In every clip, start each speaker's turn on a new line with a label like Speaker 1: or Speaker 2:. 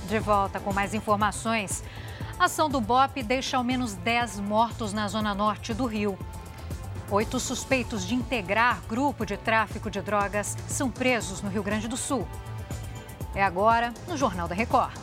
Speaker 1: De volta com mais informações. A ação do BOPE deixa ao menos 10 mortos na zona norte do Rio. 8 suspeitos de integrar grupo de tráfico de drogas são presos no Rio Grande do Sul. É agora no Jornal da Record.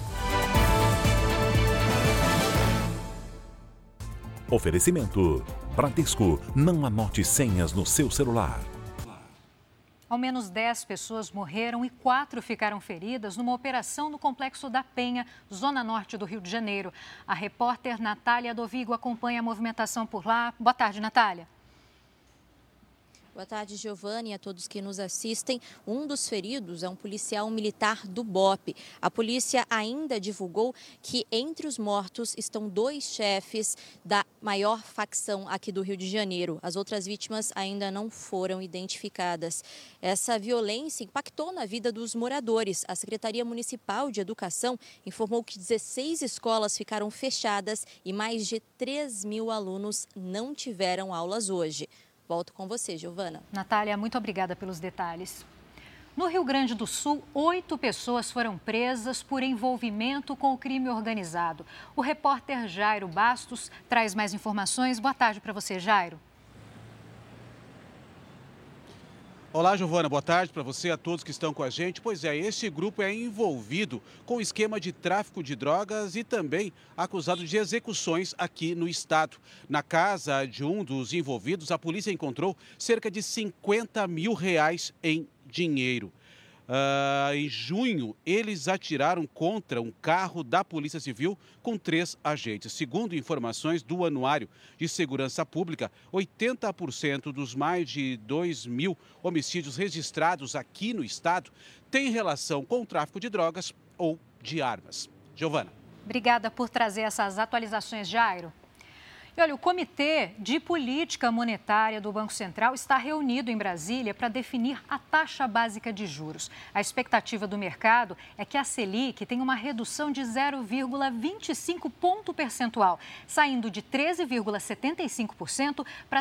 Speaker 2: Oferecimento: Bradesco, não anote senhas no seu celular.
Speaker 1: Ao menos 10 pessoas morreram e 4 ficaram feridas numa operação no Complexo da Penha, zona norte do Rio de Janeiro. A repórter Natália Dovigo acompanha a movimentação por lá. Boa tarde, Natália.
Speaker 3: Boa tarde, Giovana, e a todos que nos assistem. Um dos feridos é um policial militar do BOPE. A polícia ainda divulgou que entre os mortos estão 2 chefes da maior facção aqui do Rio de Janeiro. As outras vítimas ainda não foram identificadas. Essa violência impactou na vida dos moradores. A Secretaria Municipal de Educação informou que 16 escolas ficaram fechadas e mais de 3.000 alunos não tiveram aulas hoje. Volto com você, Giovana.
Speaker 1: Natália, muito obrigada pelos detalhes. No Rio Grande do Sul, 8 pessoas foram presas por envolvimento com o crime organizado. O repórter Jairo Bastos traz mais informações. Boa tarde para você, Jairo.
Speaker 4: Olá, Giovana, boa tarde para você e a todos que estão com a gente. Pois é, esse grupo é envolvido com o esquema de tráfico de drogas e também acusado de execuções aqui no estado. Na casa de um dos envolvidos, a polícia encontrou cerca de R$50 mil em dinheiro. Em junho, eles atiraram contra um carro da Polícia Civil com 3 agentes. Segundo informações do Anuário de Segurança Pública, 80% dos mais de 2.000 homicídios registrados aqui no estado têm relação com o tráfico de drogas ou de armas. Giovana.
Speaker 1: Obrigada por trazer essas atualizações, Jairo. E olha, o Comitê de Política Monetária do Banco Central está reunido em Brasília para definir a taxa básica de juros. A expectativa do mercado é que a Selic tenha uma redução de 0,25 ponto percentual, saindo de 13,75% para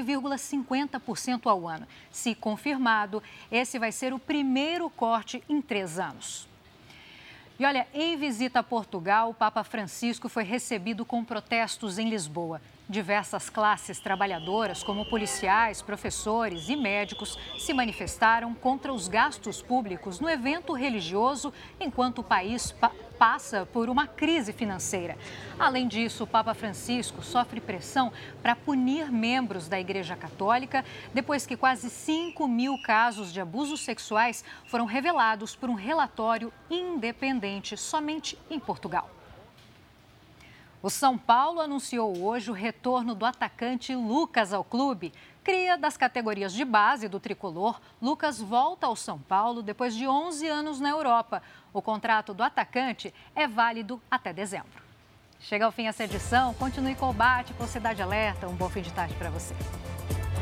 Speaker 1: 13,50% ao ano. Se confirmado, esse vai ser o primeiro corte em 3 anos. E olha, em visita a Portugal, o Papa Francisco foi recebido com protestos em Lisboa. Diversas classes trabalhadoras, como policiais, professores e médicos, se manifestaram contra os gastos públicos no evento religioso, enquanto o país passa por uma crise financeira. Além disso, o Papa Francisco sofre pressão para punir membros da Igreja Católica, depois que quase 5.000 casos de abusos sexuais foram revelados por um relatório independente somente em Portugal. O São Paulo anunciou hoje o retorno do atacante Lucas ao clube. Cria das categorias de base do tricolor, Lucas volta ao São Paulo depois de 11 anos na Europa. O contrato do atacante é válido até dezembro. Chega ao fim essa edição. Continue com o Bate, com Cidade Alerta. Um bom fim de tarde para você.